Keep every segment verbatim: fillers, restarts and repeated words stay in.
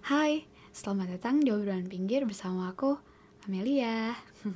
Hai, selamat datang di obrolan pinggir bersama aku, Amelia.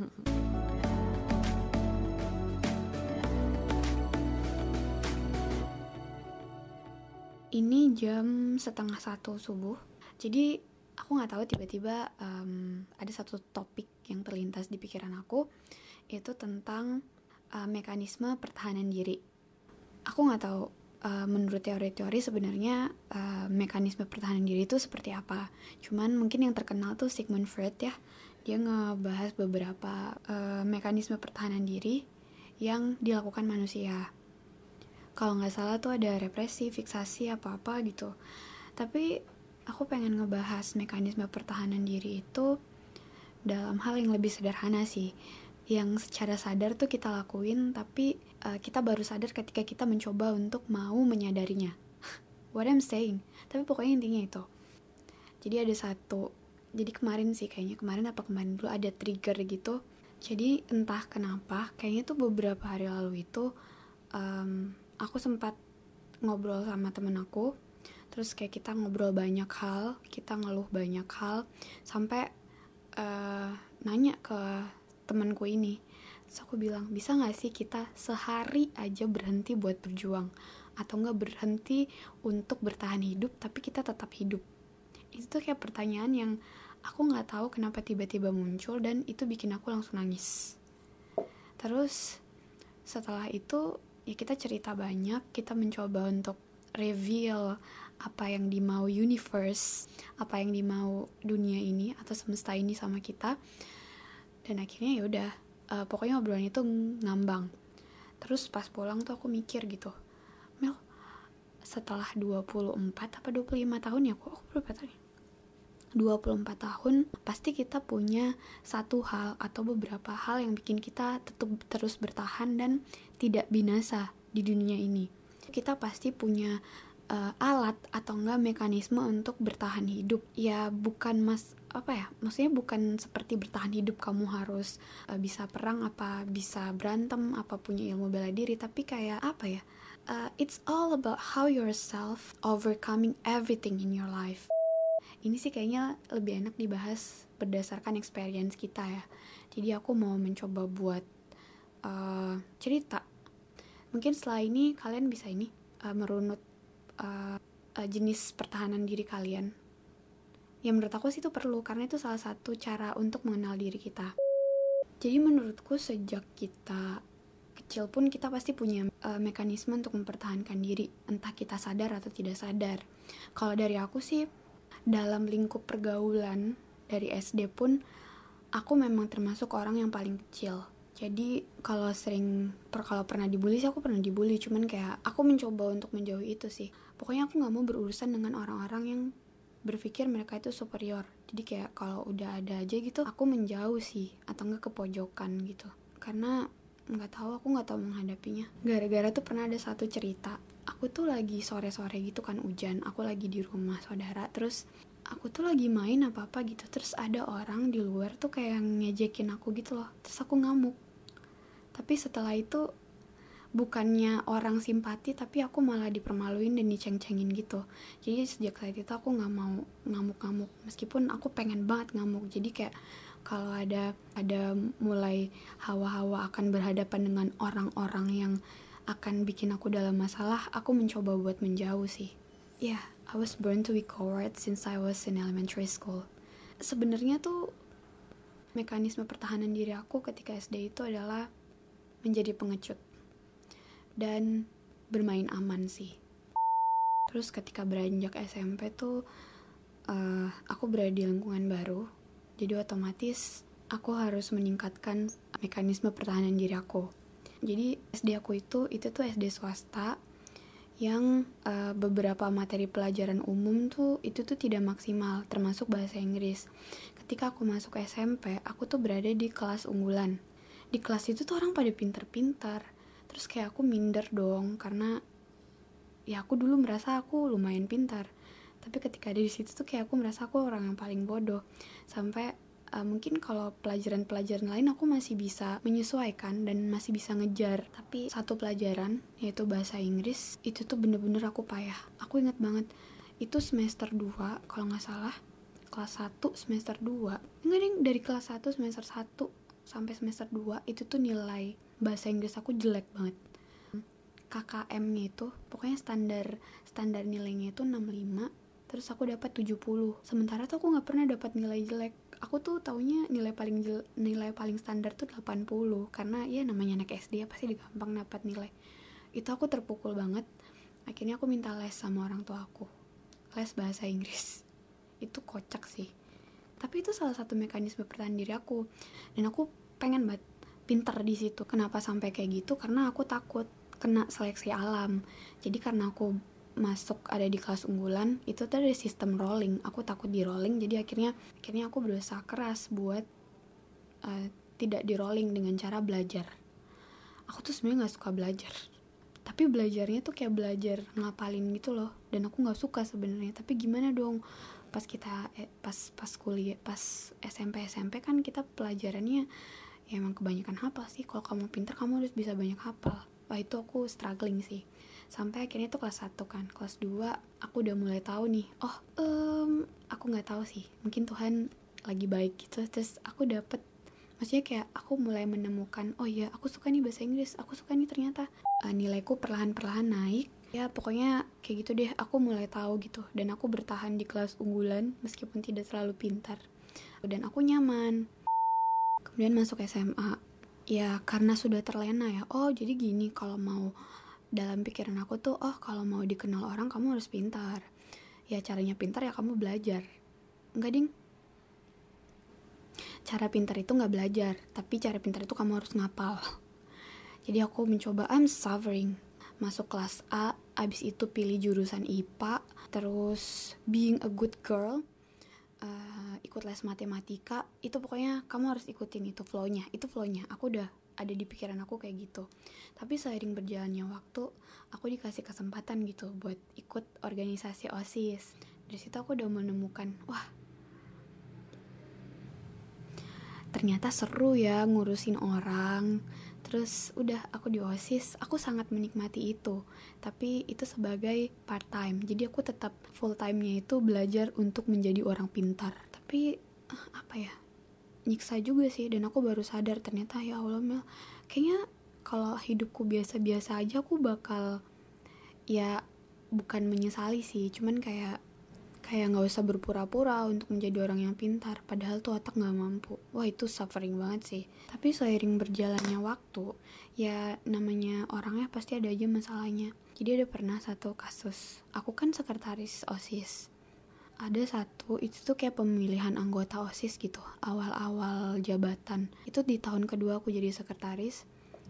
Ini jam setengah satu subuh. Jadi aku nggak tahu tiba-tiba um, ada satu topik yang terlintas di pikiran aku, itu tentang uh, mekanisme pertahanan diri. Aku nggak tahu uh, menurut teori-teori sebenarnya uh, mekanisme pertahanan diri itu seperti apa. Cuman mungkin yang terkenal tuh Sigmund Freud ya. Dia ngebahas beberapa uh, mekanisme pertahanan diri yang dilakukan manusia. Kalau nggak salah tuh ada represi, fiksasi, apa-apa gitu. Tapi aku pengen ngebahas mekanisme pertahanan diri itu dalam hal yang lebih sederhana sih, yang secara sadar tuh kita lakuin, tapi uh, kita baru sadar ketika kita mencoba untuk mau menyadarinya. What I'm saying. Tapi pokoknya intinya itu. Jadi ada satu, jadi kemarin sih kayaknya, kemarin apa kemarin dulu ada trigger gitu. Jadi entah kenapa, kayaknya tuh beberapa hari lalu itu um, aku sempat ngobrol sama temen aku. Terus kayak kita ngobrol banyak hal, kita ngeluh banyak hal, sampai uh, nanya ke temanku ini. Terus aku bilang, bisa gak sih kita sehari aja berhenti buat berjuang, atau gak berhenti untuk bertahan hidup tapi kita tetap hidup. Itu tuh kayak pertanyaan yang aku gak tahu kenapa tiba-tiba muncul, dan itu bikin aku langsung nangis. Terus setelah itu ya kita cerita banyak, kita mencoba untuk reveal apa yang dimau universe, apa yang dimau dunia ini atau semesta ini sama kita. Dan akhirnya ya udah, uh, pokoknya obrolan itu ngambang. Terus pas pulang tuh aku mikir gitu, Mel, setelah dua puluh empat apa dua puluh lima tahun ya, aku, aku berapa tahun ya? dua puluh empat tahun, pasti kita punya satu hal atau beberapa hal yang bikin kita tetap terus bertahan dan tidak binasa di dunia ini. Kita pasti punya uh, alat atau enggak mekanisme untuk bertahan hidup. Ya bukan mas apa ya, maksudnya bukan seperti bertahan hidup kamu harus uh, bisa perang, apa bisa berantem, apa punya ilmu bela diri, tapi kayak apa ya, uh, it's all about how yourself overcoming everything in your life. Ini sih kayaknya lebih enak dibahas berdasarkan experience kita ya. Jadi aku mau mencoba buat uh, cerita. Mungkin setelah ini kalian bisa ini uh, merunut uh, uh, jenis pertahanan diri kalian. Ya menurut aku sih itu perlu, karena itu salah satu cara untuk mengenal diri kita. Jadi menurutku sejak kita kecil pun kita pasti punya uh, mekanisme untuk mempertahankan diri, entah kita sadar atau tidak sadar. Kalau dari aku sih, dalam lingkup pergaulan dari S D pun aku memang termasuk orang yang paling kecil. Jadi kalau sering per, kalau pernah dibully sih aku pernah dibully, cuman kayak aku mencoba untuk menjauhi itu sih. Pokoknya aku nggak mau berurusan dengan orang-orang yang berpikir mereka itu superior. Jadi kayak kalau udah ada aja gitu aku menjauh sih, atau nggak ke pojokan gitu. Karena nggak tahu, aku nggak tahu menghadapinya. Gara-gara tuh pernah ada satu cerita. Aku tuh lagi sore-sore gitu kan, hujan. Aku lagi di rumah saudara. Terus aku tuh lagi main apa-apa gitu. Terus ada orang di luar tuh kayak ngejekin aku gitu loh. Terus aku ngamuk. Tapi setelah itu bukannya orang simpati, tapi aku malah dipermaluin dan diceng-cengin gitu. Jadi sejak saat itu aku gak mau ngamuk-ngamuk. Meskipun aku pengen banget ngamuk. Jadi kayak kalau ada ada mulai hawa-hawa akan berhadapan dengan orang-orang yang akan bikin aku dalam masalah, aku mencoba buat menjauh sih. Ya, yeah, I was born to be coward since I was in elementary school. Sebenarnya tuh mekanisme pertahanan diri aku ketika S D itu adalah menjadi pengecut dan bermain aman sih. Terus ketika beranjak S M P tuh uh, aku berada di lingkungan baru, jadi otomatis aku harus meningkatkan mekanisme pertahanan diri aku. Jadi S D aku itu itu tuh S D swasta yang uh, beberapa materi pelajaran umum tuh itu tuh tidak maksimal, termasuk bahasa Inggris. Ketika aku masuk S M P, aku tuh berada di kelas unggulan. Di kelas itu tuh orang pada pintar-pintar. Terus kayak aku minder dong, karena ya aku dulu merasa aku lumayan pintar. Tapi ketika ada di situ tuh kayak aku merasa aku orang yang paling bodoh. Sampai Uh, mungkin kalau pelajaran-pelajaran lain aku masih bisa menyesuaikan dan masih bisa ngejar, tapi satu pelajaran yaitu bahasa Inggris itu tuh bener-bener aku payah. Aku ingat banget itu semester dua kalau nggak salah, kelas satu semester dua, enggak ding, dari kelas satu semester satu sampai semester dua itu tuh nilai bahasa Inggris aku jelek banget. K K M-nya itu pokoknya standar standar nilainya itu enam puluh lima, terus aku dapat tujuh puluh. Sementara tuh aku nggak pernah dapat nilai jelek. Aku tuh taunya nilai paling jel, nilai paling standar tuh delapan puluh, karena ya namanya anak S D ya pasti gampang dapat nilai. Itu aku terpukul banget. Akhirnya aku minta les sama orang tua aku, les bahasa Inggris. Itu kocak sih, tapi itu salah satu mekanisme pertahanan diri aku, dan aku pengen banget pinter di situ. Kenapa sampai kayak gitu? Karena aku takut kena seleksi alam. Jadi karena aku masuk ada di kelas unggulan, itu tuh ada sistem rolling. Aku takut di rolling, jadi akhirnya akhirnya aku berusaha keras buat uh, tidak di rolling dengan cara belajar. Aku tuh sebenarnya nggak suka belajar, tapi belajarnya tuh kayak belajar ngapalin gitu loh, dan aku nggak suka sebenarnya. Tapi gimana dong, pas kita eh, pas pas kuliah, pas S M P S M P kan kita pelajarannya ya emang kebanyakan hafal sih. Kalau kamu pintar kamu harus bisa banyak hafal. Wah, itu aku struggling sih. Sampai akhirnya tuh kelas satu kan, kelas dua aku udah mulai tahu nih, oh um, aku nggak tahu sih, mungkin Tuhan lagi baik gitu. Terus aku dapet, maksudnya kayak aku mulai menemukan, oh iya aku suka nih bahasa Inggris, aku suka nih ternyata. uh, nilaiku perlahan-perlahan naik. Ya pokoknya kayak gitu deh, aku mulai tahu gitu. Dan aku bertahan di kelas unggulan meskipun tidak terlalu pintar, dan aku nyaman. Kemudian masuk S M A, ya karena sudah terlena ya, oh jadi gini, kalau mau dalam pikiran aku tuh, oh kalau mau dikenal orang kamu harus pintar. Ya caranya pintar ya kamu belajar. Enggak ding, cara pintar itu gak belajar, tapi cara pintar itu kamu harus ngapal. Jadi aku mencoba, I'm suffering. Masuk kelas A, abis itu pilih jurusan I P A, terus being a good girl, uh, ikut les matematika. Itu pokoknya kamu harus ikutin itu flow-nya, itu flow-nya. Aku udah ada di pikiran aku kayak gitu. Tapi seiring berjalannya waktu, aku dikasih kesempatan gitu buat ikut organisasi OSIS. Dari situ aku udah menemukan, wah ternyata seru ya ngurusin orang. Terus udah aku di OSIS, aku sangat menikmati itu. Tapi itu sebagai part time, jadi aku tetap full time-nya itu belajar untuk menjadi orang pintar. Tapi uh, apa ya, nyiksa juga sih. Dan aku baru sadar ternyata, ya Allah Mel, kayaknya kalau hidupku biasa-biasa aja aku bakal, ya bukan menyesali sih, cuman kayak kayak nggak usah berpura-pura untuk menjadi orang yang pintar, padahal tuh otak nggak mampu. Wah itu suffering banget sih. Tapi seiring berjalannya waktu, ya namanya orangnya pasti ada aja masalahnya. Jadi ada pernah satu kasus, aku kan sekretaris OSIS. Ada satu, itu tuh kayak pemilihan anggota OSIS gitu, awal-awal jabatan. Itu di tahun kedua aku jadi sekretaris.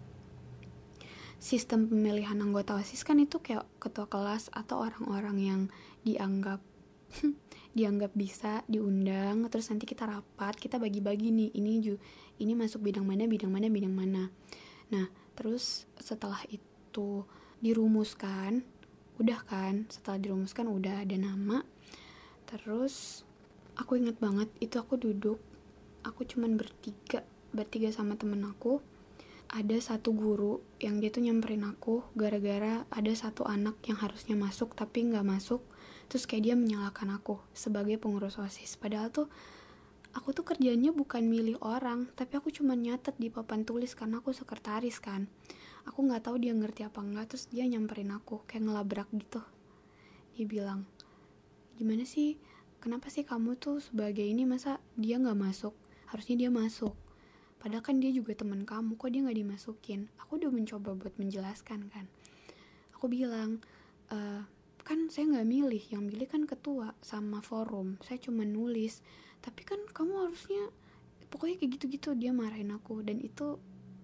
Sistem pemilihan anggota OSIS kan itu kayak ketua kelas atau orang-orang yang dianggap dianggap bisa diundang, terus nanti kita rapat, kita bagi-bagi nih, ini ju, ini masuk bidang mana, bidang mana, bidang mana. Nah, terus setelah itu dirumuskan, udah kan, setelah dirumuskan udah ada nama. Terus aku inget banget itu aku duduk, aku cuman bertiga, bertiga sama temen aku. Ada satu guru yang dia tuh nyamperin aku gara-gara ada satu anak yang harusnya masuk tapi gak masuk. Terus kayak dia menyalahkan aku sebagai pengurus OSIS. Padahal tuh aku tuh kerjanya bukan milih orang, tapi aku cuma nyatet di papan tulis karena aku sekretaris kan. Aku gak tahu dia ngerti apa enggak. Terus dia nyamperin aku kayak ngelabrak gitu. Dia bilang, gimana sih, kenapa sih kamu tuh sebagai ini masa dia gak masuk, harusnya dia masuk. Padahal kan dia juga teman kamu, kok dia gak dimasukin. Aku udah mencoba buat menjelaskan kan. Aku bilang, e, kan saya gak milih, yang milih kan ketua sama forum, saya cuma nulis. Tapi kan kamu harusnya, pokoknya kayak gitu-gitu. Dia marahin aku, dan itu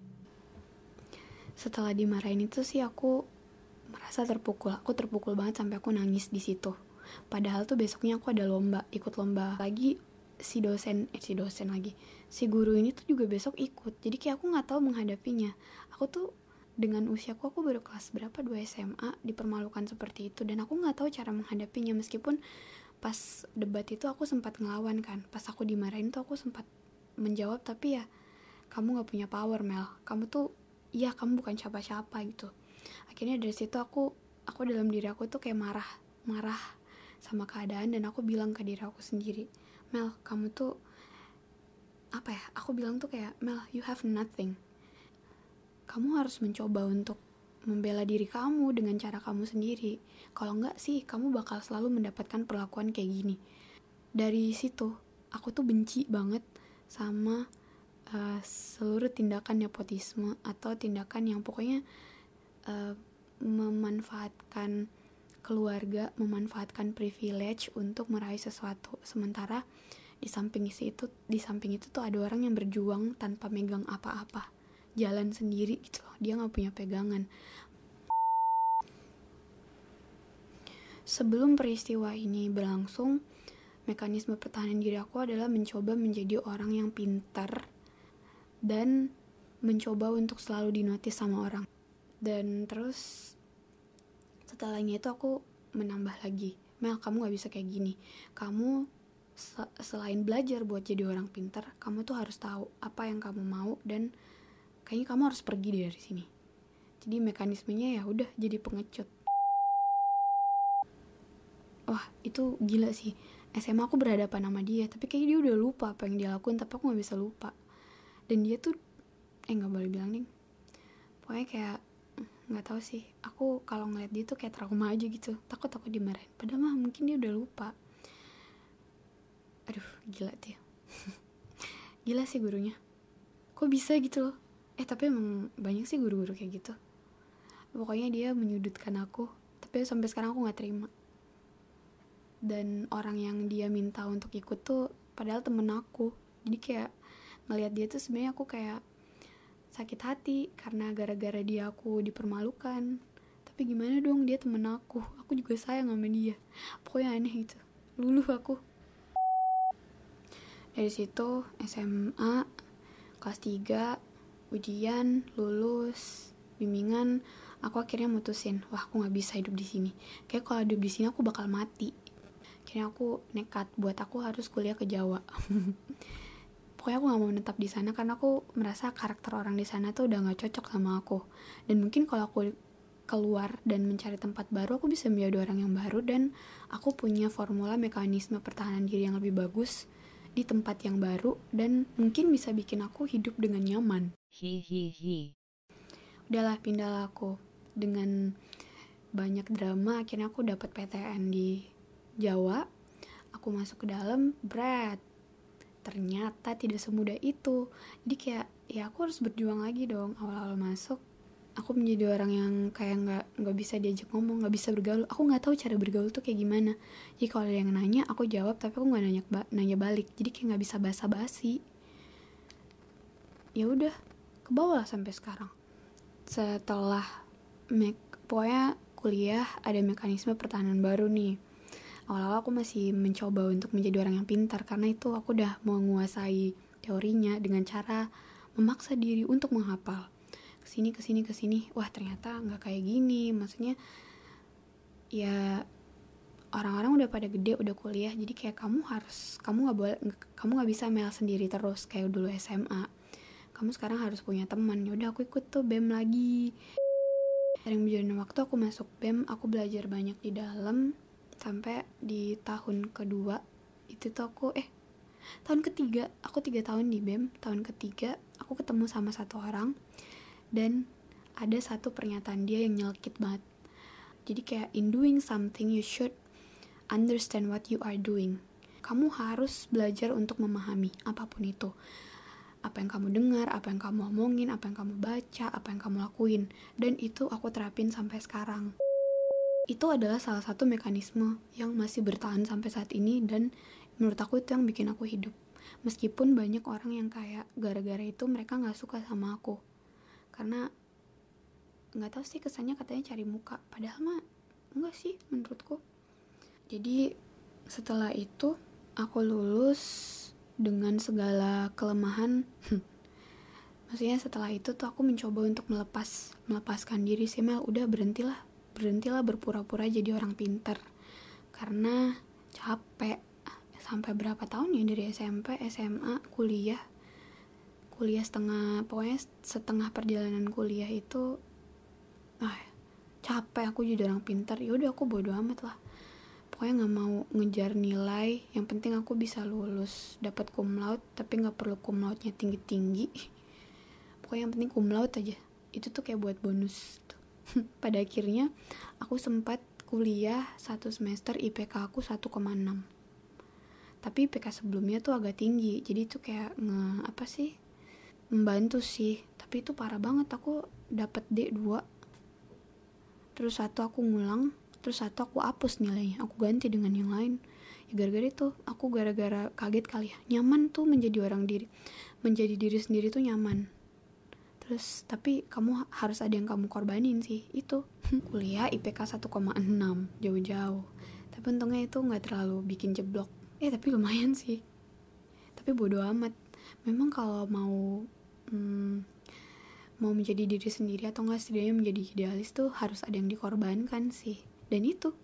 setelah dimarahin itu sih aku merasa terpukul. Aku terpukul banget sampai aku nangis di situ. Padahal tuh besoknya aku ada lomba, ikut lomba lagi. Si dosen, eh si dosen lagi, si guru ini tuh juga besok ikut. Jadi kayak aku nggak tahu menghadapinya. Aku tuh dengan usiaku, aku baru kelas berapa, dua S M A, dipermalukan seperti itu, dan aku nggak tahu cara menghadapinya. Meskipun pas debat itu aku sempat ngelawan kan, pas aku dimarahin tuh aku sempat menjawab, tapi ya kamu nggak punya power Mel, kamu tuh, iya kamu bukan siapa-siapa gitu. Akhirnya dari situ aku, aku dalam diri aku tuh kayak marah, marah sama keadaan dan aku bilang ke diri aku sendiri, Mel, kamu tuh apa ya, aku bilang tuh kayak, Mel, you have nothing. Kamu harus mencoba untuk membela diri kamu dengan cara kamu sendiri. Kalau enggak sih, kamu bakal selalu mendapatkan perlakuan kayak gini. Dari situ, aku tuh benci banget sama uh, seluruh tindakan nepotisme atau tindakan yang pokoknya uh, memanfaatkan keluarga, memanfaatkan privilege untuk meraih sesuatu. Sementara di samping itu, di samping itu tuh ada orang yang berjuang tanpa megang apa-apa, jalan sendiri gitu loh. Dia nggak punya pegangan. Sebelum peristiwa ini berlangsung, mekanisme pertahanan diri aku adalah mencoba menjadi orang yang pintar dan mencoba untuk selalu dinotis sama orang. Dan terus setelahnya itu aku menambah lagi, Mel, kamu gak bisa kayak gini. Kamu se- selain belajar buat jadi orang pintar, kamu tuh harus tahu apa yang kamu mau dan kayaknya kamu harus pergi dari sini. Jadi mekanismenya ya udah jadi pengecut. Wah, itu gila sih. S M A aku berhadapan sama dia, tapi kayaknya dia udah lupa apa yang dia lakuin, tapi aku gak bisa lupa. Dan dia tuh, eh gak boleh bilang nih, pokoknya kayak, gak tahu sih, aku kalau ngeliat dia tuh kayak trauma aja gitu, takut-takut dimarahin, padahal mah mungkin dia udah lupa. Aduh, gila dia. Gila sih gurunya, kok bisa gitu loh. Eh tapi emang banyak sih guru-guru kayak gitu. Pokoknya dia menyudutkan aku, tapi sampai sekarang aku gak terima. Dan orang yang dia minta untuk ikut tuh padahal temen aku. Jadi kayak ngelihat dia tuh sebenarnya aku kayak sakit hati karena gara-gara dia aku dipermalukan. Tapi gimana dong, dia temen aku, aku juga sayang sama dia. Pokoknya aneh gitu, luluh aku. Dari situ S M A kelas tiga, ujian, lulus, bimbingan, aku akhirnya mutusin, wah aku nggak bisa hidup di sini. Kayak kalau hidup di sini aku bakal mati. Akhirnya aku nekat buat aku harus kuliah ke Jawa. Pokoknya aku nggak mau menetap di sana karena aku merasa karakter orang di sana tuh udah nggak cocok sama aku. Dan mungkin kalau aku keluar dan mencari tempat baru, aku bisa menjadi orang yang baru dan aku punya formula mekanisme pertahanan diri yang lebih bagus di tempat yang baru dan mungkin bisa bikin aku hidup dengan nyaman. Hihihi. Udahlah, pindahlah aku. Dengan banyak drama akhirnya aku dapat P T N di Jawa. Aku masuk ke dalam, berat. Ternyata tidak semudah itu. Jadi kayak ya aku harus berjuang lagi dong. Awal-awal masuk aku menjadi orang yang kayak nggak nggak bisa diajak ngomong, nggak bisa bergaul. Aku nggak tahu cara bergaul tuh kayak gimana. Jadi kalau ada yang nanya aku jawab, tapi aku nggak nanya nanya balik. Jadi kayak nggak bisa basa-basi. Ya udah, ke bawah lah sampai sekarang. Setelah mek pokoknya kuliah ada mekanisme pertahanan baru nih. Awal-awal aku masih mencoba untuk menjadi orang yang pintar karena itu aku udah menguasai teorinya dengan cara memaksa diri untuk menghafal. Kesini kesini kesini, wah ternyata nggak kayak gini. Maksudnya ya orang-orang udah pada gede, udah kuliah, jadi kayak kamu harus, kamu nggak boleh, kamu nggak bisa mel sendiri terus kayak dulu S M A. Kamu sekarang harus punya teman. Ya udah aku ikut tuh B E M lagi. Sering berjalan waktu aku masuk B E M, aku belajar banyak di dalam. Sampai di tahun kedua itu tuh aku eh tahun ketiga, aku tiga tahun di B E M. Tahun ketiga aku ketemu sama satu orang dan ada satu pernyataan dia yang nyelkit banget. Jadi kayak in doing something you should understand what you are doing. Kamu harus belajar untuk memahami apapun itu. Apa yang kamu dengar, apa yang kamu omongin, apa yang kamu baca, apa yang kamu lakuin. Dan itu aku terapin sampai sekarang. Itu adalah salah satu mekanisme yang masih bertahan sampai saat ini dan menurut aku itu yang bikin aku hidup. Meskipun banyak orang yang kayak gara-gara itu mereka gak suka sama aku. Karena gak tahu sih kesannya katanya cari muka. Padahal mah enggak sih menurutku. Jadi setelah itu aku lulus dengan segala kelemahan. Maksudnya setelah itu tuh aku mencoba untuk melepas melepaskan diri sih, Mel, udah berhentilah berhentilah berpura-pura jadi orang pintar karena capek. Sampai berapa tahun ya, dari S M P, S M A, kuliah kuliah setengah, pokoknya setengah perjalanan kuliah itu ah capek aku jadi orang pintar. Ya udah aku bodo amat lah, pokoknya nggak mau ngejar nilai, yang penting aku bisa lulus, dapat cum laude, tapi nggak perlu cum laude-nya tinggi-tinggi, pokoknya yang penting cum laude aja, itu tuh kayak buat bonus tuh. Pada akhirnya aku sempat kuliah satu semester I P K aku satu koma enam, tapi I P K sebelumnya tuh agak tinggi, jadi itu kayak nge apa sih membantu sih, tapi itu parah banget, aku dapat D dua, terus satu aku ngulang, terus satu aku hapus nilainya, aku ganti dengan yang lain. Ya gara-gara itu, aku gara-gara kaget kali ya, nyaman tuh menjadi orang diri, menjadi diri sendiri tuh nyaman. Terus tapi kamu harus ada yang kamu korbanin sih, itu kuliah I P K satu koma enam, jauh-jauh, tapi untungnya itu nggak terlalu bikin jeblok, eh tapi lumayan sih. Tapi bodo amat, memang kalau mau hmm, mau menjadi diri sendiri atau nggak setidaknya menjadi idealis tuh harus ada yang dikorbankan sih. Dan itu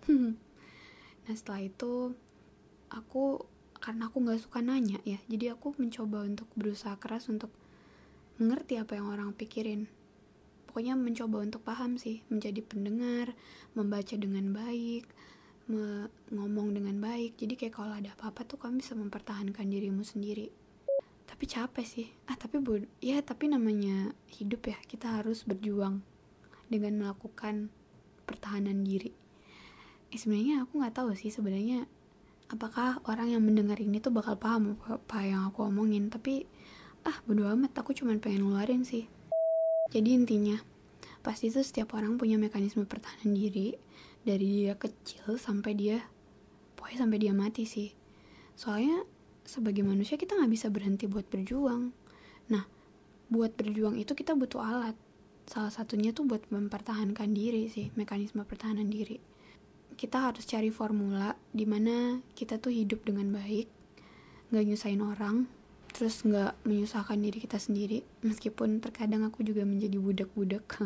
nah setelah itu aku, karena aku nggak suka nanya ya, jadi aku mencoba untuk berusaha keras untuk mengerti apa yang orang pikirin, pokoknya mencoba untuk paham sih, menjadi pendengar, membaca dengan baik, me- ngomong dengan baik, jadi kayak kalau ada apa-apa tuh kamu bisa mempertahankan dirimu sendiri. Tapi capek sih, ah tapi bod- ya tapi namanya hidup ya, kita harus berjuang dengan melakukan pertahanan diri. Eh sebenarnya aku nggak tahu sih sebenarnya apakah orang yang mendengar ini tuh bakal paham apa yang aku omongin, tapi ah bodo amat, aku cuma pengen ngeluarin sih. Jadi intinya pasti tuh setiap orang punya mekanisme pertahanan diri dari dia kecil sampai dia pokoknya sampai dia mati sih. Soalnya sebagai manusia kita nggak bisa berhenti buat berjuang. Nah buat berjuang itu kita butuh alat, salah satunya tuh buat mempertahankan diri sih, mekanisme pertahanan diri. Kita harus cari formula dimana kita tuh hidup dengan baik, gak nyusahin orang, terus gak menyusahkan diri kita sendiri, meskipun terkadang aku juga menjadi budak-budak.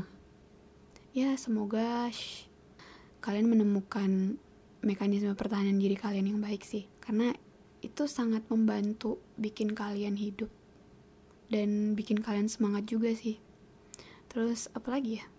Ya semoga shh, kalian menemukan mekanisme pertahanan diri kalian yang baik sih, karena itu sangat membantu bikin kalian hidup dan bikin kalian semangat juga sih. Terus apalagi ya,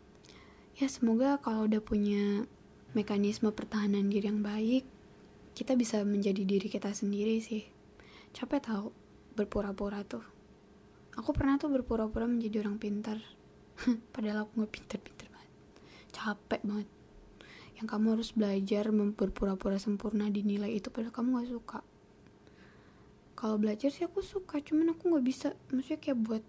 ya semoga kalau udah punya mekanisme pertahanan diri yang baik, kita bisa menjadi diri kita sendiri sih. Capek tau berpura-pura tuh. Aku pernah tuh berpura-pura menjadi orang pintar, padahal aku gak pintar-pintar banget. Capek banget. Yang kamu harus belajar berpura-pura sempurna di nilai itu padahal kamu gak suka. Kalau belajar sih aku suka, cuman aku gak bisa, maksudnya kayak buat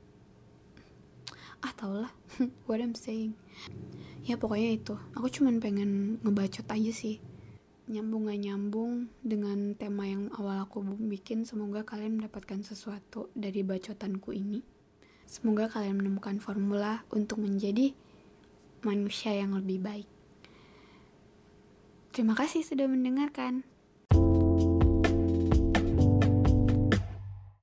ah tau lah what I'm saying. Ya pokoknya itu, aku cuman pengen ngebacot aja sih, nyambung gak nyambung dengan tema yang awal aku bikin. Semoga kalian mendapatkan sesuatu dari bacotanku ini. Semoga kalian menemukan formula untuk menjadi manusia yang lebih baik. Terima kasih sudah mendengarkan.